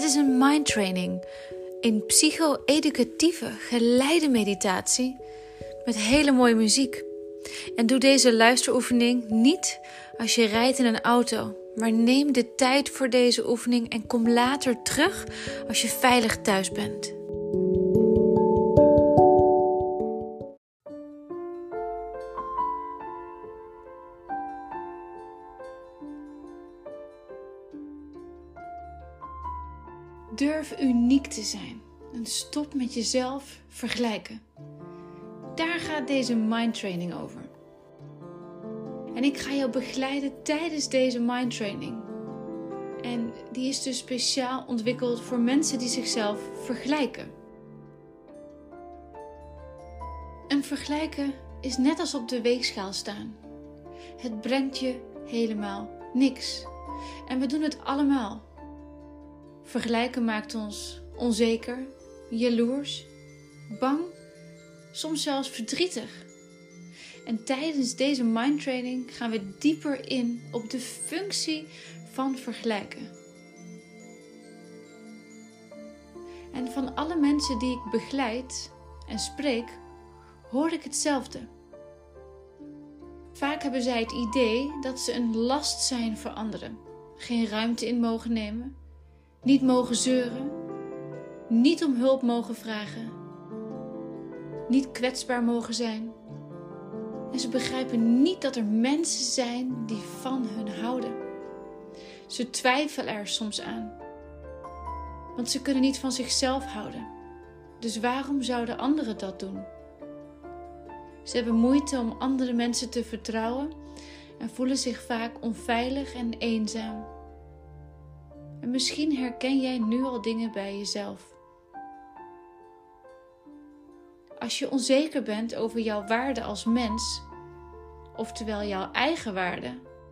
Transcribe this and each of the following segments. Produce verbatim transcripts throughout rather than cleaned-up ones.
is een mindtraining, een psycho-educatieve geleide meditatie met hele mooie muziek. En doe deze luisteroefening niet als je rijdt in een auto, maar neem de tijd voor deze oefening en kom later terug als je veilig thuis bent. Durf uniek te zijn en stop met jezelf vergelijken. Daar gaat deze mindtraining over. En ik ga jou begeleiden tijdens deze mindtraining. En die is dus speciaal ontwikkeld voor mensen die zichzelf vergelijken. En vergelijken is net als op de weegschaal staan. Het brengt je helemaal niks. En we doen het allemaal. Vergelijken maakt ons onzeker, jaloers, bang, soms zelfs verdrietig. En tijdens deze mindtraining gaan we dieper in op de functie van vergelijken. En van alle mensen die ik begeleid en spreek, hoor ik hetzelfde. Vaak hebben zij het idee dat ze een last zijn voor anderen, geen ruimte in mogen nemen, niet mogen zeuren, niet om hulp mogen vragen, niet kwetsbaar mogen zijn. En ze begrijpen niet dat er mensen zijn die van hun houden. Ze twijfelen er soms aan, want ze kunnen niet van zichzelf houden. Dus waarom zouden anderen dat doen? Ze hebben moeite om andere mensen te vertrouwen en voelen zich vaak onveilig en eenzaam. En misschien herken jij nu al dingen bij jezelf. Als je onzeker bent over jouw waarde als mens, oftewel jouw eigen waarde,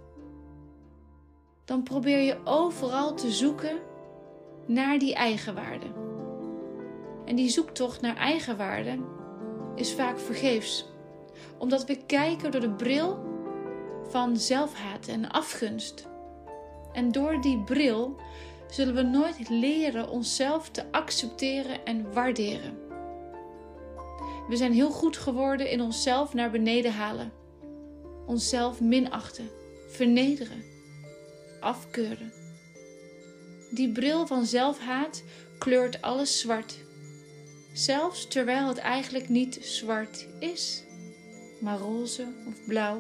dan probeer je overal te zoeken naar die eigenwaarde. En die zoektocht naar eigenwaarde is vaak vergeefs, omdat we kijken door de bril van zelfhaat en afgunst. En door die bril zullen we nooit leren onszelf te accepteren en waarderen. We zijn heel goed geworden in onszelf naar beneden halen, onszelf minachten, vernederen, afkeuren. Die bril van zelfhaat kleurt alles zwart, zelfs terwijl het eigenlijk niet zwart is, maar roze of blauw.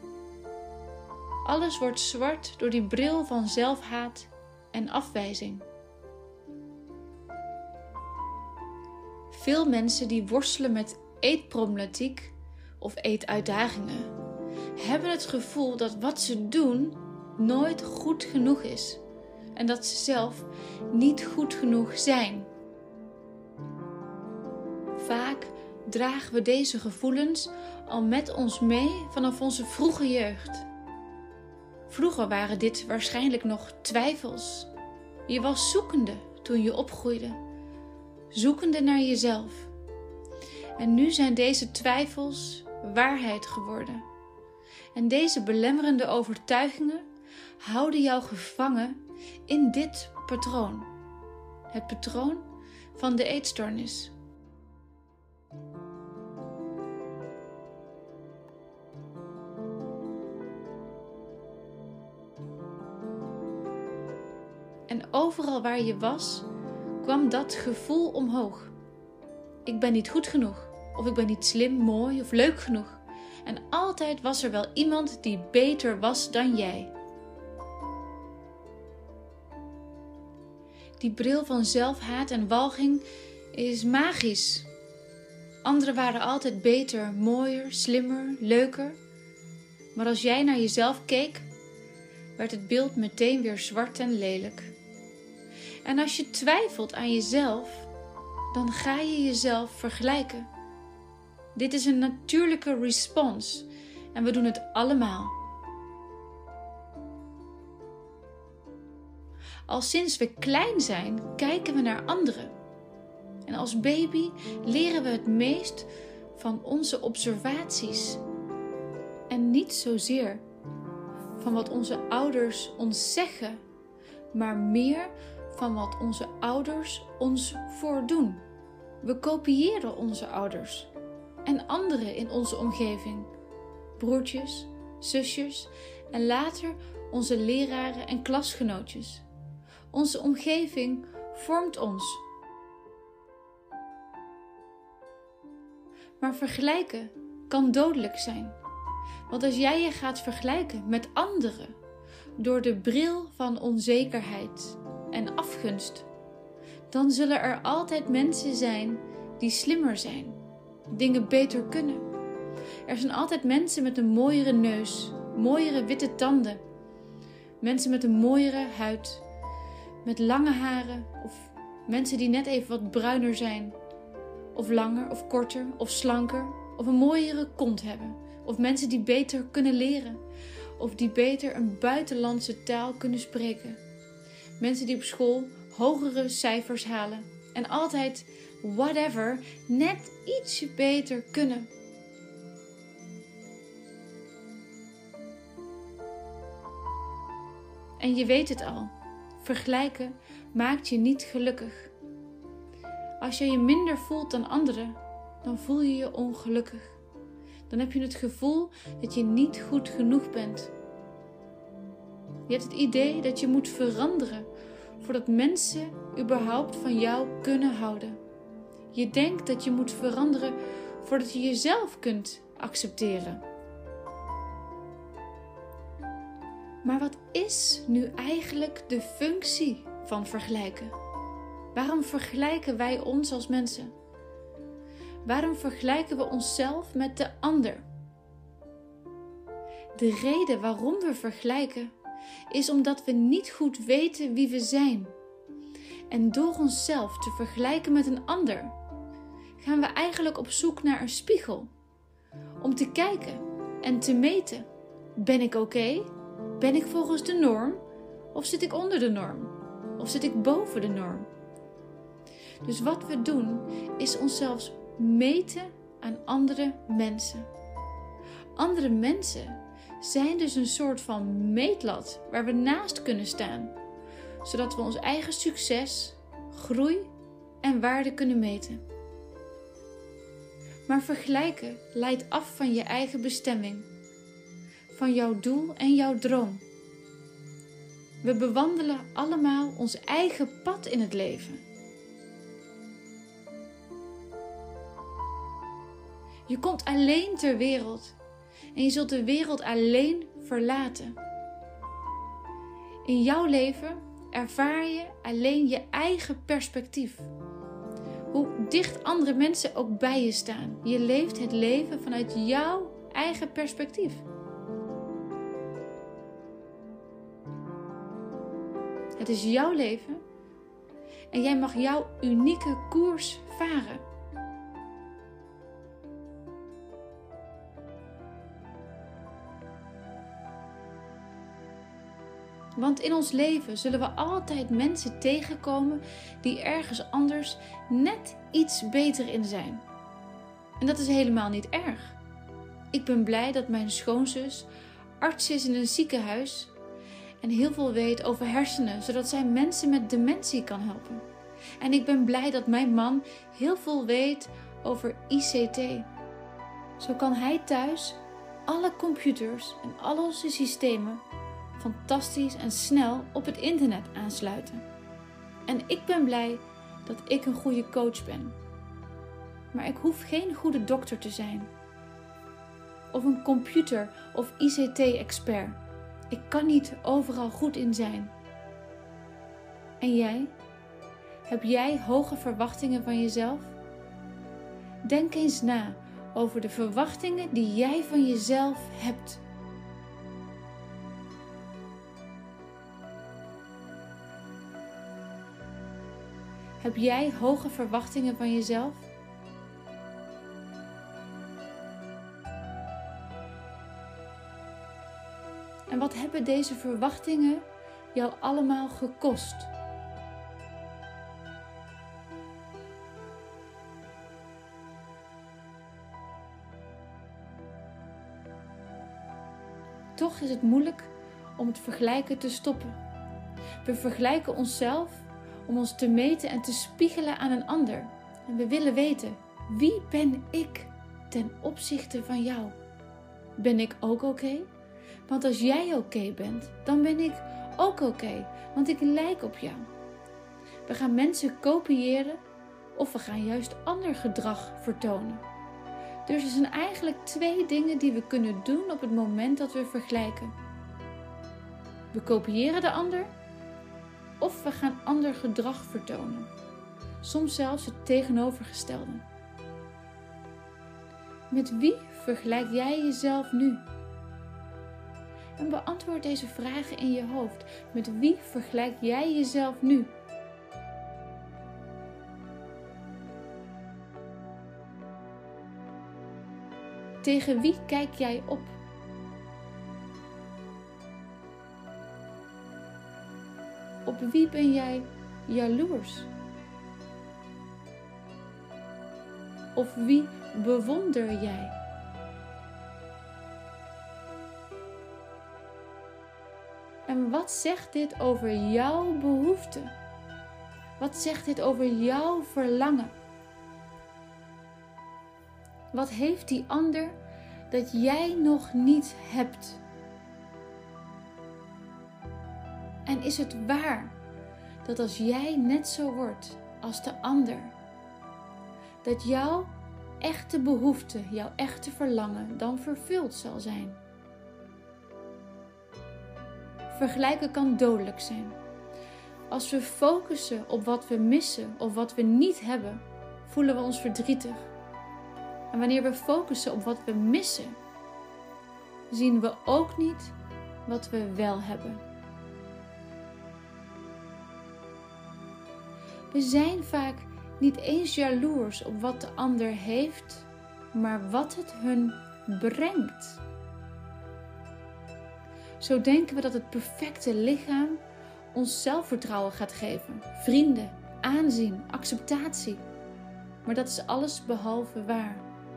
Alles wordt zwart door die bril van zelfhaat en afwijzing. Veel mensen die worstelen met eetproblematiek of eetuitdagingen, hebben het gevoel dat wat ze doen nooit goed genoeg is. En dat ze zelf niet goed genoeg zijn. Vaak dragen we deze gevoelens al met ons mee vanaf onze vroege jeugd. Vroeger waren dit waarschijnlijk nog twijfels. Je was zoekende toen je opgroeide. Zoekende naar jezelf. En nu zijn deze twijfels waarheid geworden. En deze belemmerende overtuigingen houden jou gevangen in dit patroon. Het patroon van de eetstoornis. En overal waar je was, kwam dat gevoel omhoog. Ik ben niet goed genoeg, of ik ben niet slim, mooi of leuk genoeg. En altijd was er wel iemand die beter was dan jij. Die bril van zelfhaat en walging is magisch. Anderen waren altijd beter, mooier, slimmer, leuker. Maar als jij naar jezelf keek, werd het beeld meteen weer zwart en lelijk. En als je twijfelt aan jezelf, dan ga je jezelf vergelijken. Dit is een natuurlijke respons en we doen het allemaal. Al sinds we klein zijn, kijken we naar anderen. En als baby leren we het meest van onze observaties. En niet zozeer van wat onze ouders ons zeggen, maar meer van wat onze ouders ons voordoen. We kopiëren onze ouders en anderen in onze omgeving. Broertjes, zusjes en later onze leraren en klasgenootjes. Onze omgeving vormt ons. Maar vergelijken kan dodelijk zijn. Want als jij je gaat vergelijken met anderen door de bril van onzekerheid en afgunst, dan zullen er altijd mensen zijn die slimmer zijn, dingen beter kunnen. Er zijn altijd mensen met een mooiere neus, mooiere witte tanden, mensen met een mooiere huid, met lange haren of mensen die net even wat bruiner zijn, of langer of korter of slanker, of een mooiere kont hebben, of mensen die beter kunnen leren, of die beter een buitenlandse taal kunnen spreken. Mensen die op school hogere cijfers halen en altijd, whatever, net ietsje beter kunnen. En je weet het al, vergelijken maakt je niet gelukkig. Als je je minder voelt dan anderen, dan voel je je ongelukkig. Dan heb je het gevoel dat je niet goed genoeg bent. Je hebt het idee dat je moet veranderen voordat mensen überhaupt van jou kunnen houden. Je denkt dat je moet veranderen voordat je jezelf kunt accepteren. Maar wat is nu eigenlijk de functie van vergelijken? Waarom vergelijken wij ons als mensen? Waarom vergelijken we onszelf met de ander? De reden waarom we vergelijken is omdat we niet goed weten wie we zijn. En door onszelf te vergelijken met een ander, gaan we eigenlijk op zoek naar een spiegel. Om te kijken en te meten. Ben ik oké? Ben ik volgens de norm? Of zit ik onder de norm? Of zit ik boven de norm? Dus wat we doen, is onszelf meten aan andere mensen. Andere mensen zijn dus een soort van meetlat waar we naast kunnen staan, zodat we ons eigen succes, groei en waarde kunnen meten. Maar vergelijken leidt af van je eigen bestemming, van jouw doel en jouw droom. We bewandelen allemaal ons eigen pad in het leven. Je komt alleen ter wereld en je zult de wereld alleen verlaten. In jouw leven ervaar je alleen je eigen perspectief. Hoe dicht andere mensen ook bij je staan. Je leeft het leven vanuit jouw eigen perspectief. Het is jouw leven en jij mag jouw unieke koers varen. Want in ons leven zullen we altijd mensen tegenkomen die ergens anders net iets beter in zijn. En dat is helemaal niet erg. Ik ben blij dat mijn schoonzus arts is in een ziekenhuis en heel veel weet over hersenen, zodat zij mensen met dementie kan helpen. En ik ben blij dat mijn man heel veel weet over I C T. Zo kan hij thuis alle computers en al onze systemen fantastisch en snel op het internet aansluiten. En ik ben blij dat ik een goede coach ben. Maar ik hoef geen goede dokter te zijn. Of een computer- of I C T-expert. Ik kan niet overal goed in zijn. En jij? Heb jij hoge verwachtingen van jezelf? Denk eens na over de verwachtingen die jij van jezelf hebt. Heb jij hoge verwachtingen van jezelf? En wat hebben deze verwachtingen jou allemaal gekost? Toch is het moeilijk om het vergelijken te stoppen. We vergelijken onszelf om ons te meten en te spiegelen aan een ander. En we willen weten, wie ben ik ten opzichte van jou? Ben ik ook oké? Want als jij oké bent, dan ben ik ook oké, want ik lijk op jou. We gaan mensen kopiëren of we gaan juist ander gedrag vertonen. Dus er zijn eigenlijk twee dingen die we kunnen doen op het moment dat we vergelijken. We kopiëren de ander of we gaan ander gedrag vertonen. Soms zelfs het tegenovergestelde. Met wie vergelijk jij jezelf nu? En beantwoord deze vragen in je hoofd. Met wie vergelijk jij jezelf nu? Tegen wie kijk jij op? Op wie ben jij jaloers? Of wie bewonder jij? En wat zegt dit over jouw behoefte? Wat zegt dit over jouw verlangen? Wat heeft die ander dat jij nog niet hebt? En is het waar dat als jij net zo wordt als de ander, dat jouw echte behoefte, jouw echte verlangen dan vervuld zal zijn? Vergelijken kan dodelijk zijn. Als we focussen op wat we missen of wat we niet hebben, voelen we ons verdrietig. En wanneer we focussen op wat we missen, zien we ook niet wat we wel hebben. We zijn vaak niet eens jaloers op wat de ander heeft, maar wat het hun brengt. Zo denken we dat het perfecte lichaam ons zelfvertrouwen gaat geven, vrienden, aanzien, acceptatie. Maar dat is alles behalve waar.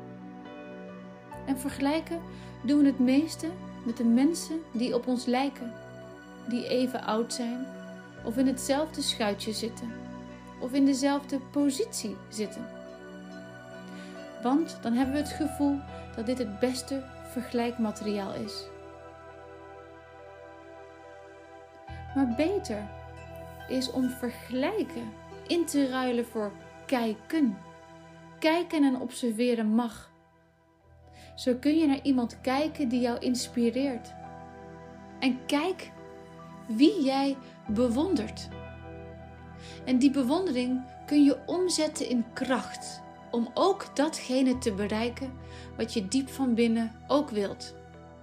En vergelijken doen we het meeste met de mensen die op ons lijken, die even oud zijn, of in hetzelfde schuitje zitten, of in dezelfde positie zitten. Want dan hebben we het gevoel dat dit het beste vergelijkmateriaal is. Maar beter is om vergelijken in te ruilen voor kijken. Kijken en observeren mag. Zo kun je naar iemand kijken die jou inspireert. En kijk wie jij bewondert. En die bewondering kun je omzetten in kracht. Om ook datgene te bereiken wat je diep van binnen ook wilt.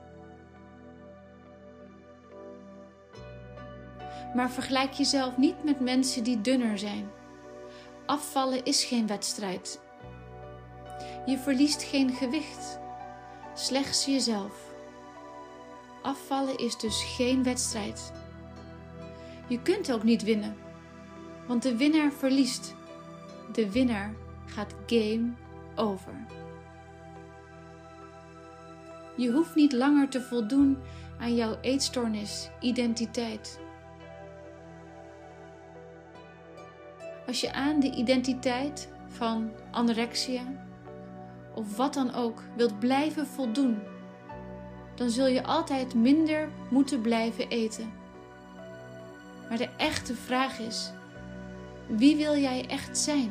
Maar vergelijk jezelf niet met mensen die dunner zijn. Afvallen is geen wedstrijd. Je verliest geen gewicht. Slechts jezelf. Afvallen is dus geen wedstrijd. Je kunt ook niet winnen. Want de winnaar verliest. De winnaar gaat game over. Je hoeft niet langer te voldoen aan jouw eetstoornis, identiteit. Als je aan de identiteit van anorexia of wat dan ook wilt blijven voldoen, dan zul je altijd minder moeten blijven eten. Maar de echte vraag is, wie wil jij echt zijn?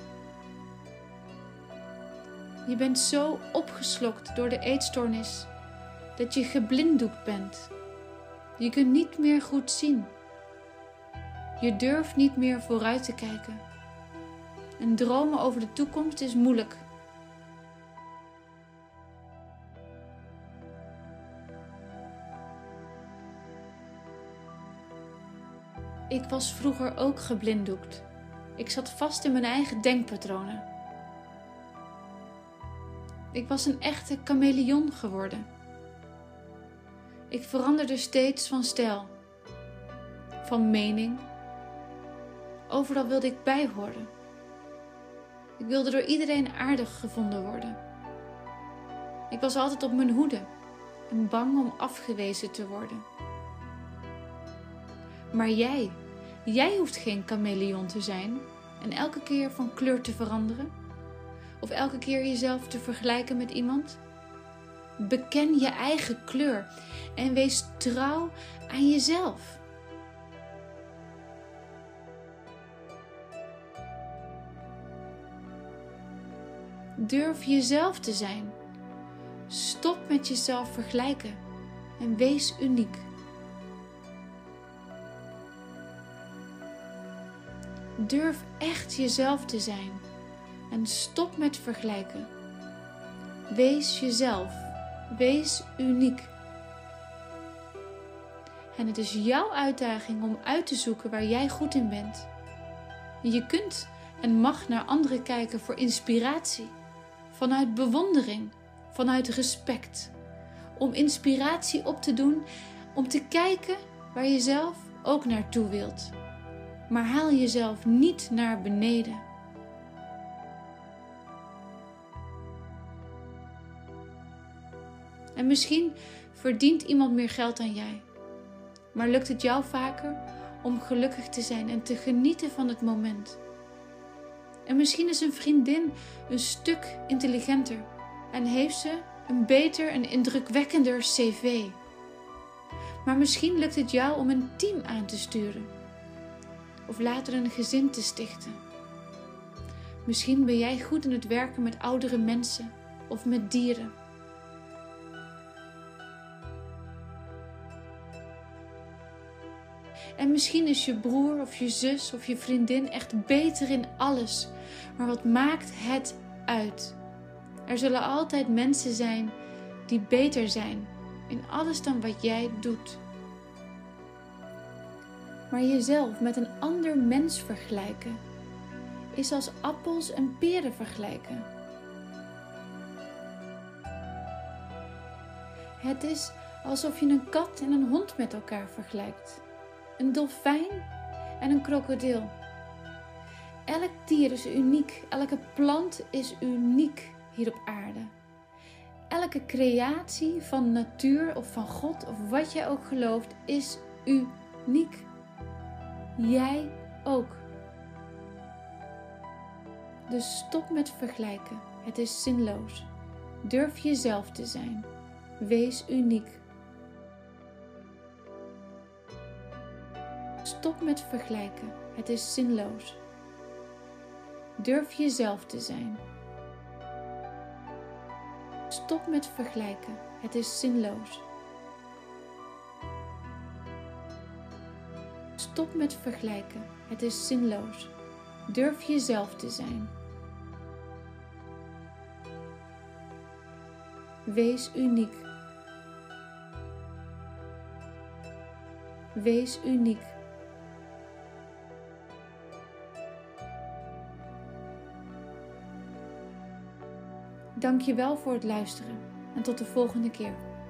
Je bent zo opgeslokt door de eetstoornis dat je geblinddoekt bent. Je kunt niet meer goed zien. Je durft niet meer vooruit te kijken. En dromen over de toekomst is moeilijk. Ik was vroeger ook geblinddoekt. Ik zat vast in mijn eigen denkpatronen. Ik was een echte chameleon geworden. Ik veranderde steeds van stijl, van mening. Overal wilde ik bij horen. Ik wilde door iedereen aardig gevonden worden. Ik was altijd op mijn hoede en bang om afgewezen te worden. Maar jij, Jij hoeft geen chameleon te zijn en elke keer van kleur te veranderen. Of elke keer jezelf te vergelijken met iemand. Beken je eigen kleur en wees trouw aan jezelf. Durf jezelf te zijn. Stop met jezelf vergelijken en wees uniek. Durf echt jezelf te zijn en stop met vergelijken. Wees jezelf. Wees uniek. En het is jouw uitdaging om uit te zoeken waar jij goed in bent. Je kunt en mag naar anderen kijken voor inspiratie. Vanuit bewondering, vanuit respect. Om inspiratie op te doen, om te kijken waar je zelf ook naartoe wilt. Maar haal jezelf niet naar beneden. En misschien verdient iemand meer geld dan jij. Maar lukt het jou vaker om gelukkig te zijn en te genieten van het moment? En misschien is een vriendin een stuk intelligenter en heeft ze een beter en indrukwekkender cv. Maar misschien lukt het jou om een team aan te sturen. Of later een gezin te stichten. Misschien ben jij goed in het werken met oudere mensen of met dieren. En misschien is je broer of je zus of je vriendin echt beter in alles. Maar wat maakt het uit? Er zullen altijd mensen zijn die beter zijn in alles dan wat jij doet. Maar jezelf met een ander mens vergelijken is als appels en peren vergelijken. Het is alsof je een kat en een hond met elkaar vergelijkt. Een dolfijn en een krokodil. Elk dier is uniek. Elke plant is uniek hier op aarde. Elke creatie van natuur of van God of wat jij ook gelooft is uniek. Jij ook. Dus stop met vergelijken. Het is zinloos. Durf jezelf te zijn. Wees uniek. Stop met vergelijken. Het is zinloos. Durf jezelf te zijn. Stop met vergelijken. Het is zinloos. Stop met vergelijken. Het is zinloos. Durf jezelf te zijn. Wees uniek. Wees uniek. Dank je wel voor het luisteren en tot de volgende keer.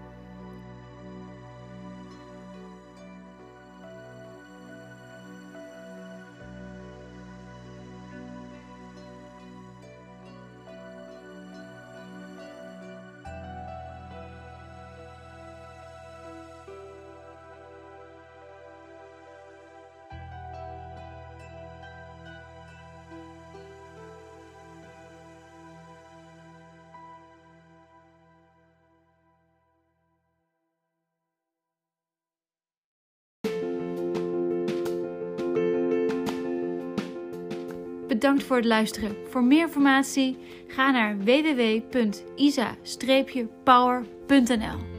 Bedankt voor het luisteren. Voor meer informatie ga naar w w w punt isa dash power punt n l.